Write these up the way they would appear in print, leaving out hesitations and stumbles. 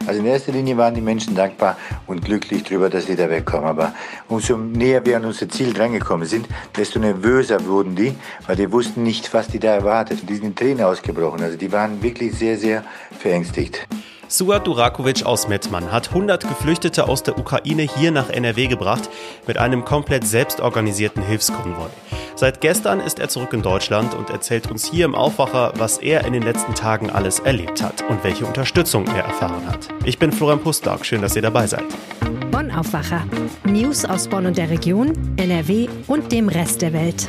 Also in erster Linie waren die Menschen dankbar und glücklich darüber, dass sie da wegkommen. Aber umso näher wir an unser Ziel drangekommen sind, desto nervöser wurden die, weil die wussten nicht, was die da erwartet. Und die sind in Tränen ausgebrochen. Also die waren wirklich sehr, sehr verängstigt. Suat Durakovic aus Mettmann hat 100 Geflüchtete aus der Ukraine hier nach NRW gebracht mit einem komplett selbstorganisierten Hilfskonvoi. Seit gestern ist er zurück in Deutschland und erzählt uns hier im Aufwacher, was er in den letzten Tagen alles erlebt hat und welche Unterstützung er erfahren hat. Ich bin Florian Pustlauk, schön, dass ihr dabei seid. Bonn Aufwacher. News aus Bonn und der Region, NRW und dem Rest der Welt.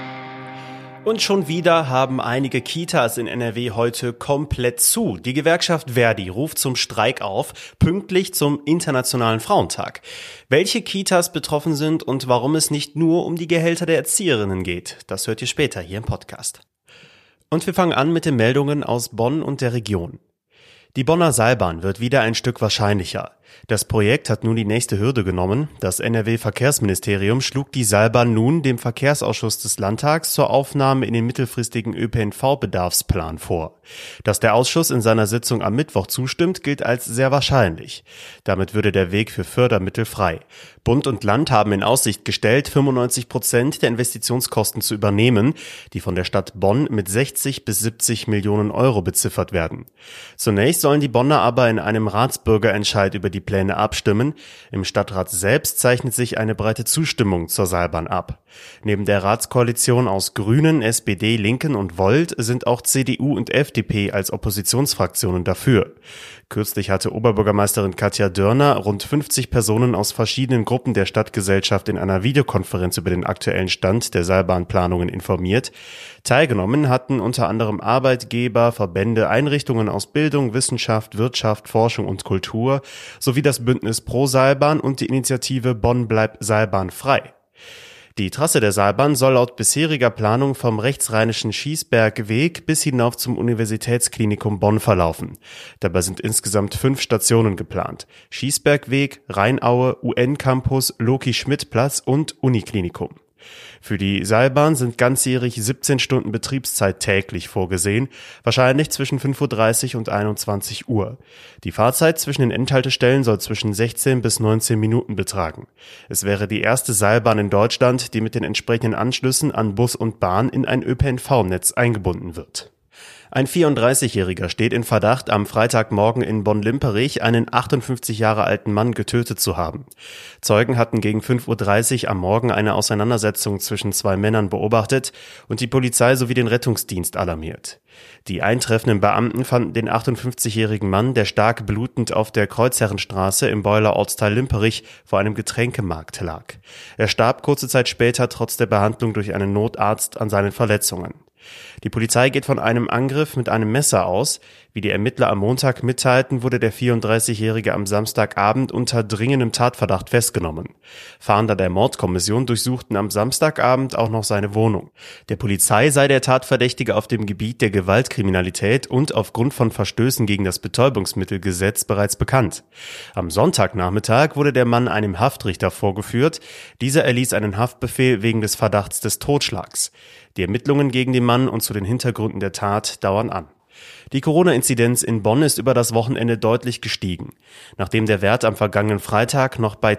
Und schon wieder haben einige Kitas in NRW heute komplett zu. Die Gewerkschaft Verdi ruft zum Streik auf, pünktlich zum Internationalen Frauentag. Welche Kitas betroffen sind und warum es nicht nur um die Gehälter der Erzieherinnen geht, das hört ihr später hier im Podcast. Und wir fangen an mit den Meldungen aus Bonn und der Region. Die Bonner Seilbahn wird wieder ein Stück wahrscheinlicher. Das Projekt hat nun die nächste Hürde genommen. Das NRW-Verkehrsministerium schlug die Seilbahn nun dem Verkehrsausschuss des Landtags zur Aufnahme in den mittelfristigen ÖPNV-Bedarfsplan vor. Dass der Ausschuss in seiner Sitzung am Mittwoch zustimmt, gilt als sehr wahrscheinlich. Damit würde der Weg für Fördermittel frei. Bund und Land haben in Aussicht gestellt, 95% der Investitionskosten zu übernehmen, die von der Stadt Bonn mit 60 bis 70 Millionen Euro beziffert werden. Zunächst sollen die Bonner aber in einem Ratsbürgerentscheid über die Pläne abstimmen. Im Stadtrat selbst zeichnet sich eine breite Zustimmung zur Seilbahn ab. Neben der Ratskoalition aus Grünen, SPD, Linken und Volt sind auch CDU und FDP als Oppositionsfraktionen dafür. Kürzlich hatte Oberbürgermeisterin Katja Dörner rund 50 Personen aus verschiedenen Gruppen der Stadtgesellschaft in einer Videokonferenz über den aktuellen Stand der Seilbahnplanungen informiert. Teilgenommen hatten unter anderem Arbeitgeber, Verbände, Einrichtungen aus Bildung, Wissenschaft, Wirtschaft, Forschung und Kultur sowie das Bündnis Pro Seilbahn und die Initiative Bonn bleibt Seilbahn frei. Die Trasse der Seilbahn soll laut bisheriger Planung vom rechtsrheinischen Schießbergweg bis hinauf zum Universitätsklinikum Bonn verlaufen. Dabei sind insgesamt 5 Stationen geplant: Schießbergweg, Rheinaue, UN-Campus, Loki-Schmidt-Platz und Uniklinikum. Für die Seilbahn sind ganzjährig 17 Stunden Betriebszeit täglich vorgesehen, wahrscheinlich zwischen 5:30 Uhr und 21 Uhr. Die Fahrzeit zwischen den Endhaltestellen soll zwischen 16 bis 19 Minuten betragen. Es wäre die erste Seilbahn in Deutschland, die mit den entsprechenden Anschlüssen an Bus und Bahn in ein ÖPNV-Netz eingebunden wird. Ein 34-Jähriger steht in Verdacht, am Freitagmorgen in Bonn-Limperich einen 58 Jahre alten Mann getötet zu haben. Zeugen hatten gegen 5:30 Uhr am Morgen eine Auseinandersetzung zwischen 2 Männern beobachtet und die Polizei sowie den Rettungsdienst alarmiert. Die eintreffenden Beamten fanden den 58-jährigen Mann, der stark blutend auf der Kreuzherrenstraße im Beuler Ortsteil Limperich vor einem Getränkemarkt lag. Er starb kurze Zeit später trotz der Behandlung durch einen Notarzt an seinen Verletzungen. Die Polizei geht von einem Angriff mit einem Messer aus. Wie die Ermittler am Montag mitteilten, wurde der 34-Jährige am Samstagabend unter dringendem Tatverdacht festgenommen. Fahnder der Mordkommission durchsuchten am Samstagabend auch noch seine Wohnung. Der Polizei sei der Tatverdächtige auf dem Gebiet der Gewaltkriminalität und aufgrund von Verstößen gegen das Betäubungsmittelgesetz bereits bekannt. Am Sonntagnachmittag wurde der Mann einem Haftrichter vorgeführt. Dieser erließ einen Haftbefehl wegen des Verdachts des Totschlags. Die Ermittlungen gegen den Mann und zu den Hintergründen der Tat dauern an. Die Corona-Inzidenz in Bonn ist über das Wochenende deutlich gestiegen. Nachdem der Wert am vergangenen Freitag noch bei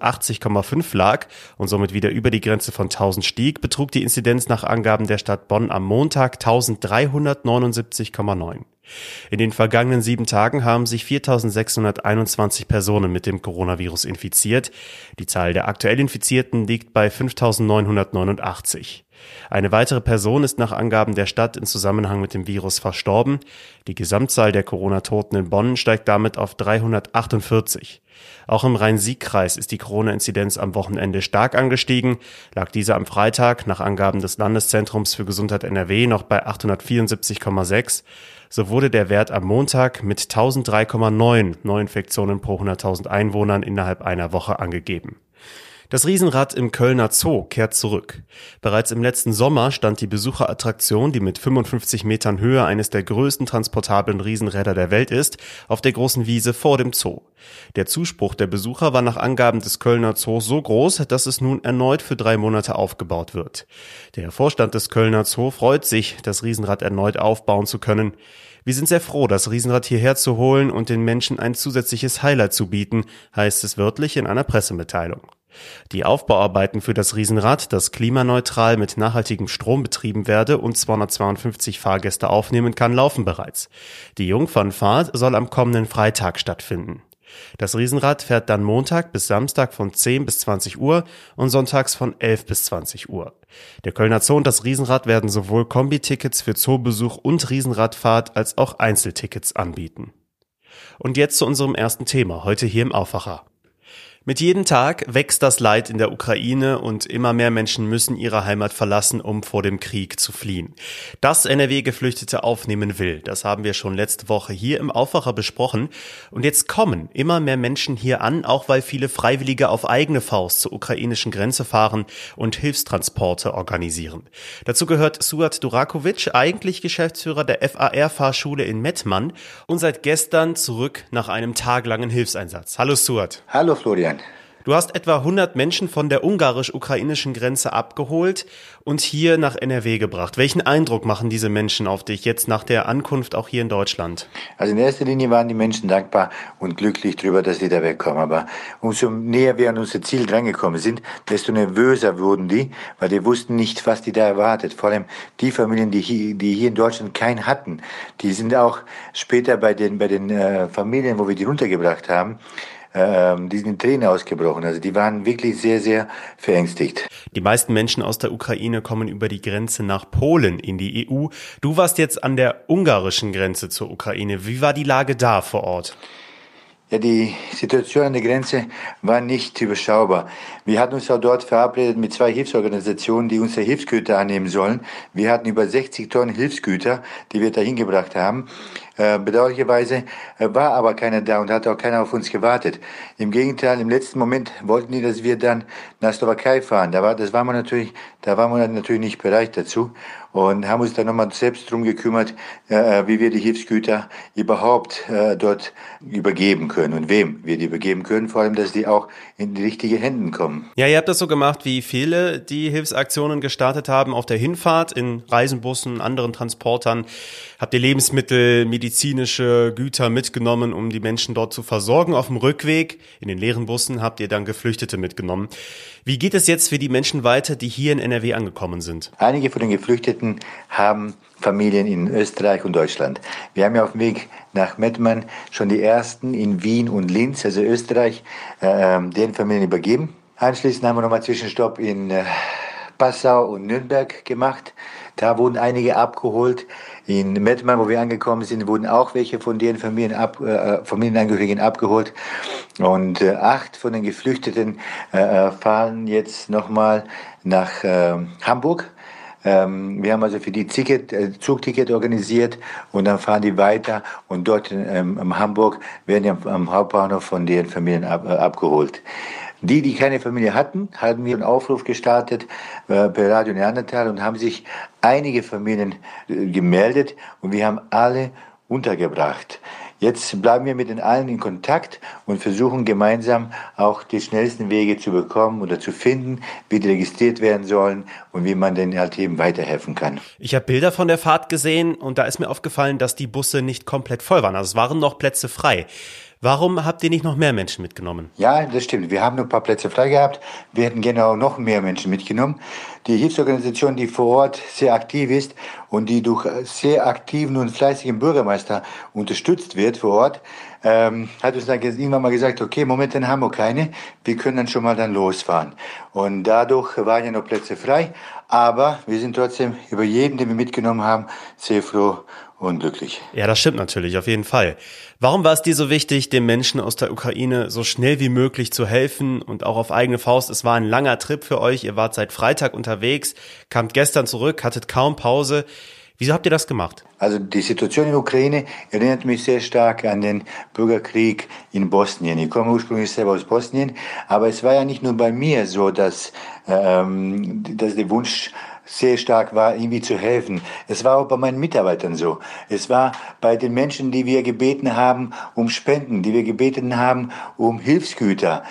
1080,5 lag und somit wieder über die Grenze von 1000 stieg, betrug die Inzidenz nach Angaben der Stadt Bonn am Montag 1379,9. In den vergangenen 7 Tagen haben sich 4.621 Personen mit dem Coronavirus infiziert. Die Zahl der aktuell Infizierten liegt bei 5.989. Eine weitere Person ist nach Angaben der Stadt in Zusammenhang mit dem Virus verstorben. Die Gesamtzahl der Corona-Toten in Bonn steigt damit auf 348. Auch im Rhein-Sieg-Kreis ist die Corona-Inzidenz am Wochenende stark angestiegen. Lag diese am Freitag nach Angaben des Landeszentrums für Gesundheit NRW noch bei 874,6. So wurde der Wert am Montag mit 1003,9 Neuinfektionen pro 100.000 Einwohnern innerhalb einer Woche angegeben. Das Riesenrad im Kölner Zoo kehrt zurück. Bereits im letzten Sommer stand die Besucherattraktion, die mit 55 Metern Höhe eines der größten transportablen Riesenräder der Welt ist, auf der großen Wiese vor dem Zoo. Der Zuspruch der Besucher war nach Angaben des Kölner Zoos so groß, dass es nun erneut für 3 Monate aufgebaut wird. Der Vorstand des Kölner Zoo freut sich, das Riesenrad erneut aufbauen zu können. Wir sind sehr froh, das Riesenrad hierher zu holen und den Menschen ein zusätzliches Highlight zu bieten, heißt es wörtlich in einer Pressemitteilung. Die Aufbauarbeiten für das Riesenrad, das klimaneutral mit nachhaltigem Strom betrieben werde und 252 Fahrgäste aufnehmen kann, laufen bereits. Die Jungfernfahrt soll am kommenden Freitag stattfinden. Das Riesenrad fährt dann Montag bis Samstag von 10 bis 20 Uhr und sonntags von 11 bis 20 Uhr. Der Kölner Zoo und das Riesenrad werden sowohl Kombi-Tickets für Zoobesuch und Riesenradfahrt als auch Einzeltickets anbieten. Und jetzt zu unserem ersten Thema, heute hier im Aufwacher. Mit jedem Tag wächst das Leid in der Ukraine und immer mehr Menschen müssen ihre Heimat verlassen, um vor dem Krieg zu fliehen. Dass NRW Geflüchtete aufnehmen will, das haben wir schon letzte Woche hier im Aufwacher besprochen. Und jetzt kommen immer mehr Menschen hier an, auch weil viele Freiwillige auf eigene Faust zur ukrainischen Grenze fahren und Hilfstransporte organisieren. Dazu gehört Suat Durakovic, eigentlich Geschäftsführer der FAR-Fahrschule in Mettmann und seit gestern zurück nach einem tagelangen Hilfseinsatz. Hallo Suat. Hallo Florian. Du hast etwa 100 Menschen von der ungarisch-ukrainischen Grenze abgeholt und hier nach NRW gebracht. Welchen Eindruck machen diese Menschen auf dich jetzt nach der Ankunft auch hier in Deutschland? Also in erster Linie waren die Menschen dankbar und glücklich darüber, dass sie da wegkommen. Aber umso näher wir an unser Ziel drangekommen sind, desto nervöser wurden die, weil die wussten nicht, was die da erwartet. Vor allem die Familien, die hier in Deutschland keinen hatten, die sind auch später bei den Familien, wo wir die runtergebracht haben, die sind in Tränen ausgebrochen. Also die waren wirklich sehr, sehr verängstigt. Die meisten Menschen aus der Ukraine kommen über die Grenze nach Polen in die EU. Du warst jetzt an der ungarischen Grenze zur Ukraine. Wie war die Lage da vor Ort? Ja, die Situation an der Grenze war nicht überschaubar. Wir hatten uns auch dort verabredet mit 2 Hilfsorganisationen, die unsere Hilfsgüter annehmen sollen. Wir hatten über 60 Tonnen Hilfsgüter, die wir dahin gebracht haben. Bedauerlicherweise war aber keiner da und hat auch keiner auf uns gewartet. Im Gegenteil, im letzten Moment wollten die, dass wir dann nach Slowakei fahren. Da waren wir natürlich nicht bereit dazu und haben uns dann nochmal selbst drum gekümmert, wie wir die Hilfsgüter überhaupt dort übergeben können und wem wir die übergeben können. Vor allem, dass die auch in die richtigen Händen kommen. Ja, ihr habt das so gemacht, wie viele die Hilfsaktionen gestartet haben auf der Hinfahrt in Reisenbussen, anderen Transportern. Habt ihr Lebensmittel, medizinische Güter mitgenommen, um die Menschen dort zu versorgen. Auf dem Rückweg in den leeren Bussen habt ihr dann Geflüchtete mitgenommen. Wie geht es jetzt für die Menschen weiter, die hier in NRW angekommen sind? Einige von den Geflüchteten haben Familien in Österreich und Deutschland. Wir haben ja auf dem Weg nach Mettmann schon die ersten in Wien und Linz, also Österreich, deren Familien übergeben. Anschließend haben wir nochmal Zwischenstopp in Passau und Nürnberg gemacht. Da wurden einige abgeholt. In Mettmann, wo wir angekommen sind, wurden auch welche von deren Familienangehörigen abgeholt. Und 8 von den Geflüchteten fahren jetzt nochmal nach Hamburg. Wir haben also für die Zugticket organisiert und dann fahren die weiter und dort in Hamburg werden die am Hauptbahnhof von deren Familien abgeholt. Die keine Familie hatten, haben wir einen Aufruf gestartet per Radio Neandertal und haben sich einige Familien gemeldet und wir haben alle untergebracht. Jetzt bleiben wir mit den allen in Kontakt und versuchen gemeinsam auch die schnellsten Wege zu bekommen oder zu finden, wie die registriert werden sollen und wie man denen halt eben weiterhelfen kann. Ich habe Bilder von der Fahrt gesehen und da ist mir aufgefallen, dass die Busse nicht komplett voll waren. Also es waren noch Plätze frei. Warum habt ihr nicht noch mehr Menschen mitgenommen? Ja, das stimmt. Wir haben nur ein paar Plätze frei gehabt. Wir hätten gerne auch noch mehr Menschen mitgenommen. Die Hilfsorganisation, die vor Ort sehr aktiv ist und die durch sehr aktiven und fleißigen Bürgermeister unterstützt wird vor Ort, hat uns dann irgendwann mal gesagt, okay, momentan haben wir keine, wir können dann schon mal dann losfahren. Und dadurch waren ja noch Plätze frei, aber wir sind trotzdem über jeden, den wir mitgenommen haben, sehr froh und glücklich. Ja, das stimmt natürlich, auf jeden Fall. Warum war es dir so wichtig, den Menschen aus der Ukraine so schnell wie möglich zu helfen und auch auf eigene Faust? Es war ein langer Trip für euch, ihr wart seit Freitag unterwegs, kamt gestern zurück, hattet kaum Pause. Wieso habt ihr das gemacht? Also die Situation in der Ukraine erinnert mich sehr stark an den Bürgerkrieg in Bosnien. Ich komme ursprünglich selber aus Bosnien, aber es war ja nicht nur bei mir so, dass der Wunsch sehr stark war, irgendwie zu helfen. Es war auch bei meinen Mitarbeitern so. Es war bei den Menschen, die wir gebeten haben um Spenden, die wir gebeten haben um Hilfsgüter.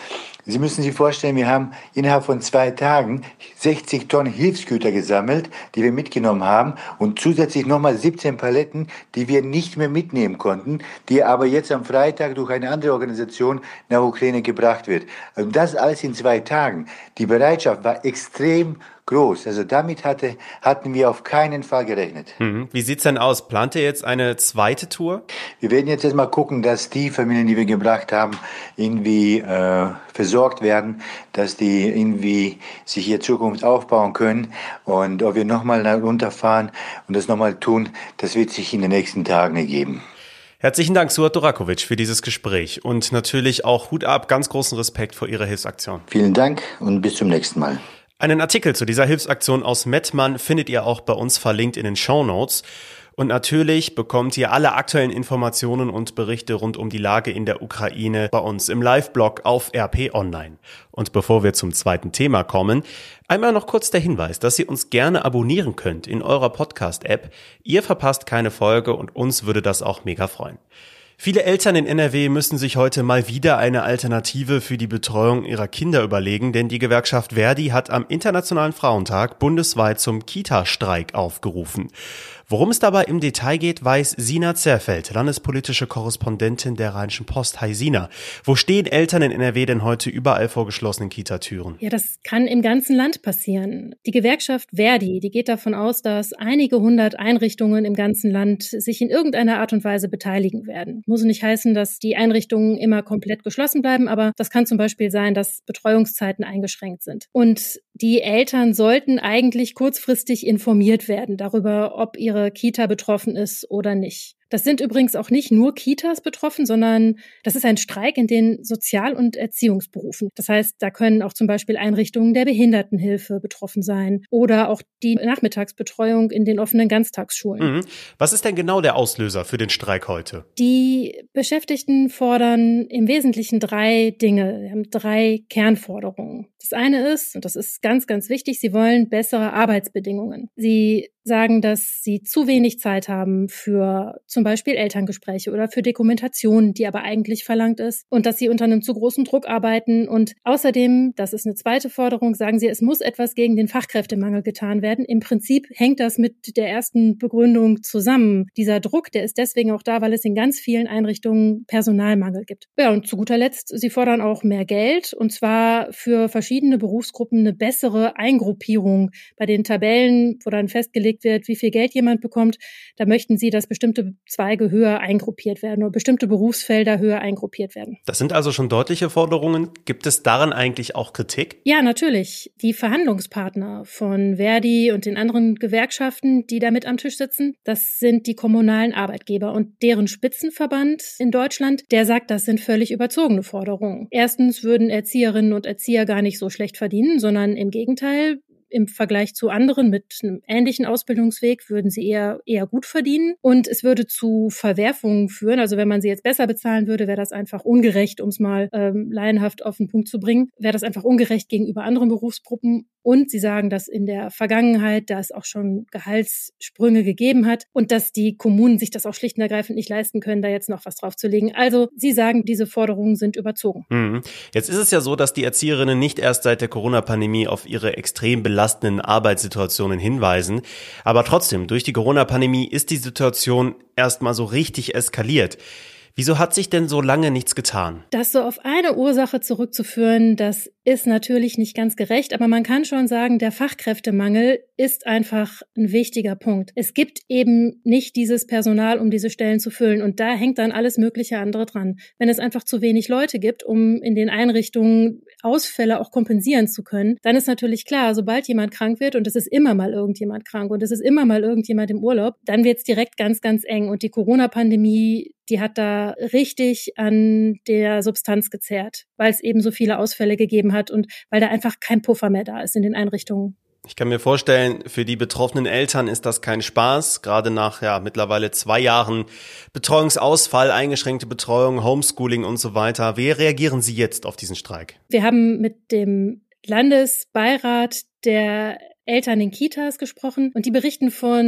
Sie müssen sich vorstellen, wir haben innerhalb von 2 Tagen 60 Tonnen Hilfsgüter gesammelt, die wir mitgenommen haben und zusätzlich nochmal 17 Paletten, die wir nicht mehr mitnehmen konnten, die aber jetzt am Freitag durch eine andere Organisation nach Ukraine gebracht wird. Und das alles in 2 Tagen. Die Bereitschaft war extrem groß. Also damit hatten wir auf keinen Fall gerechnet. Wie sieht's denn aus? Plant ihr jetzt eine zweite Tour? Wir werden jetzt erstmal gucken, dass die Familien, die wir gebracht haben, irgendwie versorgt werden, dass die irgendwie sich ihre Zukunft aufbauen können. Und ob wir nochmal runterfahren und das nochmal tun, das wird sich in den nächsten Tagen ergeben. Herzlichen Dank, Suat Durakovic, für dieses Gespräch. Und natürlich auch Hut ab, ganz großen Respekt vor Ihrer Hilfsaktion. Vielen Dank und bis zum nächsten Mal. Einen Artikel zu dieser Hilfsaktion aus Mettmann findet ihr auch bei uns verlinkt in den Shownotes. Und natürlich bekommt ihr alle aktuellen Informationen und Berichte rund um die Lage in der Ukraine bei uns im Live-Blog auf RP Online. Und bevor wir zum zweiten Thema kommen, einmal noch kurz der Hinweis, dass ihr uns gerne abonnieren könnt in eurer Podcast-App. Ihr verpasst keine Folge und uns würde das auch mega freuen. Viele Eltern in NRW müssen sich heute mal wieder eine Alternative für die Betreuung ihrer Kinder überlegen, denn die Gewerkschaft Verdi hat am Internationalen Frauentag bundesweit zum Kita-Streik aufgerufen. Worum es dabei im Detail geht, weiß Sina Zerfeld, landespolitische Korrespondentin der Rheinischen Post. Hi Sina, wo stehen Eltern in NRW denn heute überall vor geschlossenen Kitatüren? Ja, das kann im ganzen Land passieren. Die Gewerkschaft Verdi, die geht davon aus, dass einige 100 Einrichtungen im ganzen Land sich in irgendeiner Art und Weise beteiligen werden. Muss nicht heißen, dass die Einrichtungen immer komplett geschlossen bleiben, aber das kann zum Beispiel sein, dass Betreuungszeiten eingeschränkt sind. Und die Eltern sollten eigentlich kurzfristig informiert werden darüber, ob ihre Kita betroffen ist oder nicht. Das sind übrigens auch nicht nur Kitas betroffen, sondern das ist ein Streik in den Sozial- und Erziehungsberufen. Das heißt, da können auch zum Beispiel Einrichtungen der Behindertenhilfe betroffen sein oder auch die Nachmittagsbetreuung in den offenen Ganztagsschulen. Was ist denn genau der Auslöser für den Streik heute? Die Beschäftigten fordern im Wesentlichen 3 Dinge. Sie haben 3 Kernforderungen. Das eine ist, und das ist ganz, ganz wichtig, sie wollen bessere Arbeitsbedingungen. Sie sagen, dass sie zu wenig Zeit haben für zum Beispiel Elterngespräche oder für Dokumentation, die aber eigentlich verlangt ist, und dass sie unter einem zu großen Druck arbeiten. Und außerdem, das ist eine zweite Forderung, sagen sie, es muss etwas gegen den Fachkräftemangel getan werden. Im Prinzip hängt das mit der ersten Begründung zusammen. Dieser Druck, der ist deswegen auch da, weil es in ganz vielen Einrichtungen Personalmangel gibt. Ja, und zu guter Letzt, sie fordern auch mehr Geld, und zwar für verschiedene Berufsgruppen eine bessere Eingruppierung. Bei den Tabellen, wo dann festgelegt wird, wie viel Geld jemand bekommt, da möchten sie, dass bestimmte Zweige höher eingruppiert werden oder bestimmte Berufsfelder höher eingruppiert werden. Das sind also schon deutliche Forderungen. Gibt es daran eigentlich auch Kritik? Ja, natürlich. Die Verhandlungspartner von Verdi und den anderen Gewerkschaften, die da mit am Tisch sitzen, das sind die kommunalen Arbeitgeber, und deren Spitzenverband in Deutschland, der sagt, das sind völlig überzogene Forderungen. Erstens würden Erzieherinnen und Erzieher gar nicht so schlecht verdienen, sondern im Gegenteil, im Vergleich zu anderen mit einem ähnlichen Ausbildungsweg würden sie eher gut verdienen. Und es würde zu Verwerfungen führen. Also wenn man sie jetzt besser bezahlen würde, wäre das einfach ungerecht, um es mal laienhaft auf den Punkt zu bringen, wäre das einfach ungerecht gegenüber anderen Berufsgruppen. Und sie sagen, dass in der Vergangenheit, da es auch schon Gehaltssprünge gegeben hat und dass die Kommunen sich das auch schlicht und ergreifend nicht leisten können, da jetzt noch was draufzulegen. Also sie sagen, diese Forderungen sind überzogen. Jetzt ist es ja so, dass die Erzieherinnen nicht erst seit der Corona-Pandemie auf ihre extrem belastenden Arbeitssituationen hinweisen. Aber trotzdem, durch die Corona-Pandemie ist die Situation erstmal so richtig eskaliert. Wieso hat sich denn so lange nichts getan? Das so auf eine Ursache zurückzuführen, das ist natürlich nicht ganz gerecht, aber man kann schon sagen, der Fachkräftemangel ist einfach ein wichtiger Punkt. Es gibt eben nicht dieses Personal, um diese Stellen zu füllen, und da hängt dann alles mögliche andere dran. Wenn es einfach zu wenig Leute gibt, um in den Einrichtungen Ausfälle auch kompensieren zu können, dann ist natürlich klar, sobald jemand krank wird, und es ist immer mal irgendjemand krank und es ist immer mal irgendjemand im Urlaub, dann wird es direkt ganz, ganz eng, und die Corona-Pandemie, die hat da richtig an der Substanz gezerrt, weil es eben so viele Ausfälle gegeben hat und weil da einfach kein Puffer mehr da ist in den Einrichtungen. Ich kann mir vorstellen, für die betroffenen Eltern ist das kein Spaß, gerade nach mittlerweile 2 Jahren Betreuungsausfall, eingeschränkte Betreuung, Homeschooling und so weiter. Wie reagieren Sie jetzt auf diesen Streik? Wir haben mit dem Landesbeirat der Eltern in Kitas gesprochen, und die berichten von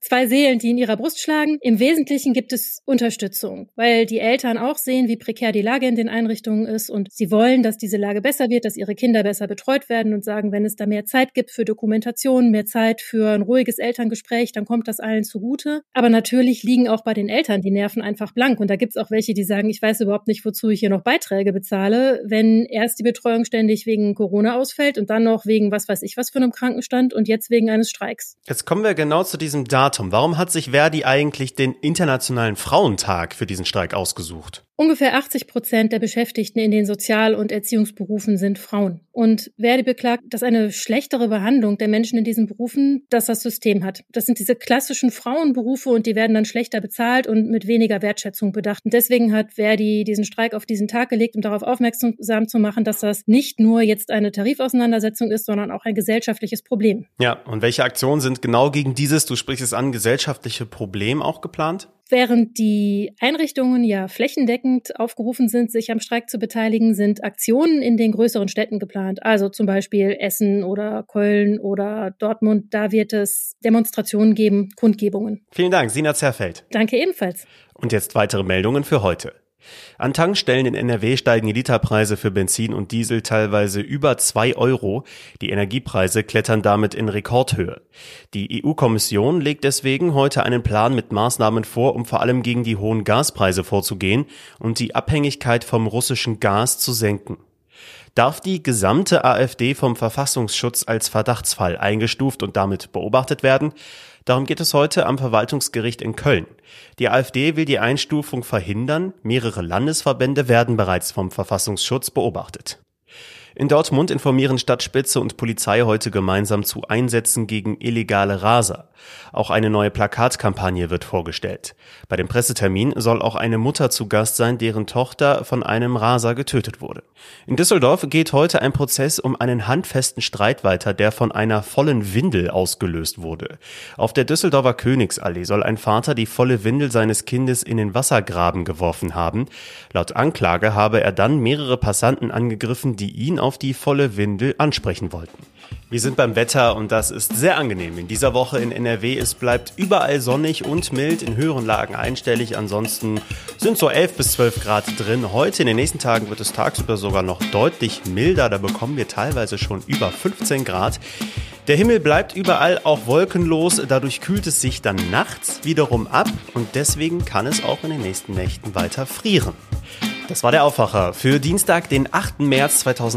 2 Seelen, die in ihrer Brust schlagen. Im Wesentlichen gibt es Unterstützung, weil die Eltern auch sehen, wie prekär die Lage in den Einrichtungen ist und sie wollen, dass diese Lage besser wird, dass ihre Kinder besser betreut werden und sagen, wenn es da mehr Zeit gibt für Dokumentation, mehr Zeit für ein ruhiges Elterngespräch, dann kommt das allen zugute. Aber natürlich liegen auch bei den Eltern die Nerven einfach blank und da gibt es auch welche, die sagen, ich weiß überhaupt nicht, wozu ich hier noch Beiträge bezahle, wenn erst die Betreuung ständig wegen Corona ausfällt und dann noch wegen was weiß ich was für einem Krankenstand und jetzt wegen eines Streiks. Jetzt kommen wir genau zu diesem Datum. Warum hat sich Verdi eigentlich den Internationalen Frauentag für diesen Streik ausgesucht? Ungefähr 80% der Beschäftigten in den Sozial- und Erziehungsberufen sind Frauen. Und Verdi beklagt, dass eine schlechtere Behandlung der Menschen in diesen Berufen, dass das System hat. Das sind diese klassischen Frauenberufe und die werden dann schlechter bezahlt und mit weniger Wertschätzung bedacht. Und deswegen hat Verdi diesen Streik auf diesen Tag gelegt, um darauf aufmerksam zu machen, dass das nicht nur jetzt eine Tarifauseinandersetzung ist, sondern auch ein gesellschaftliches Problem. Ja, und welche Aktionen sind genau gegen dieses, du sprichst es an, gesellschaftliche Problem auch geplant? Während die Einrichtungen ja flächendeckend aufgerufen sind, sich am Streik zu beteiligen, sind Aktionen in den größeren Städten geplant. Also zum Beispiel Essen oder Köln oder Dortmund. Da wird es Demonstrationen geben, Kundgebungen. Vielen Dank, Sina Zerfeld. Danke ebenfalls. Und jetzt weitere Meldungen für heute. An Tankstellen in NRW steigen die Literpreise für Benzin und Diesel teilweise über 2 €. Die Energiepreise klettern damit in Rekordhöhe. Die EU-Kommission legt deswegen heute einen Plan mit Maßnahmen vor, um vor allem gegen die hohen Gaspreise vorzugehen und die Abhängigkeit vom russischen Gas zu senken. Darf die gesamte AfD vom Verfassungsschutz als Verdachtsfall eingestuft und damit beobachtet werden? Darum geht es heute am Verwaltungsgericht in Köln. Die AfD will die Einstufung verhindern. Mehrere Landesverbände werden bereits vom Verfassungsschutz beobachtet. In Dortmund informieren Stadtspitze und Polizei heute gemeinsam zu Einsätzen gegen illegale Raser. Auch eine neue Plakatkampagne wird vorgestellt. Bei dem Pressetermin soll auch eine Mutter zu Gast sein, deren Tochter von einem Raser getötet wurde. In Düsseldorf geht heute ein Prozess um einen handfesten Streit weiter, der von einer vollen Windel ausgelöst wurde. Auf der Düsseldorfer Königsallee soll ein Vater die volle Windel seines Kindes in den Wassergraben geworfen haben. Laut Anklage habe er dann mehrere Passanten angegriffen, die ihn auf die volle Windel ansprechen wollten. Wir sind beim Wetter und das ist sehr angenehm. In dieser Woche in NRW, es bleibt überall sonnig und mild, in höheren Lagen einstellig. Ansonsten sind so 11 bis 12 Grad drin. Heute in den nächsten Tagen wird es tagsüber sogar noch deutlich milder. Da bekommen wir teilweise schon über 15 Grad. Der Himmel bleibt überall auch wolkenlos. Dadurch kühlt es sich dann nachts wiederum ab und deswegen kann es auch in den nächsten Nächten weiter frieren. Das war der Aufwacher für Dienstag, den 8. März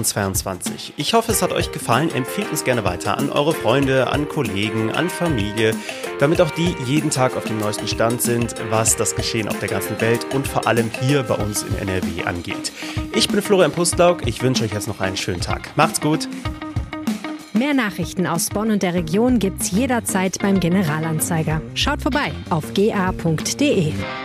2022. Ich hoffe, es hat euch gefallen. Empfehlt uns gerne weiter an eure Freunde, an Kollegen, an Familie, damit auch die jeden Tag auf dem neuesten Stand sind, was das Geschehen auf der ganzen Welt und vor allem hier bei uns in NRW angeht. Ich bin Florian Pustlauk. Ich wünsche euch jetzt noch einen schönen Tag. Macht's gut. Mehr Nachrichten aus Bonn und der Region gibt's jederzeit beim Generalanzeiger. Schaut vorbei auf ga.de.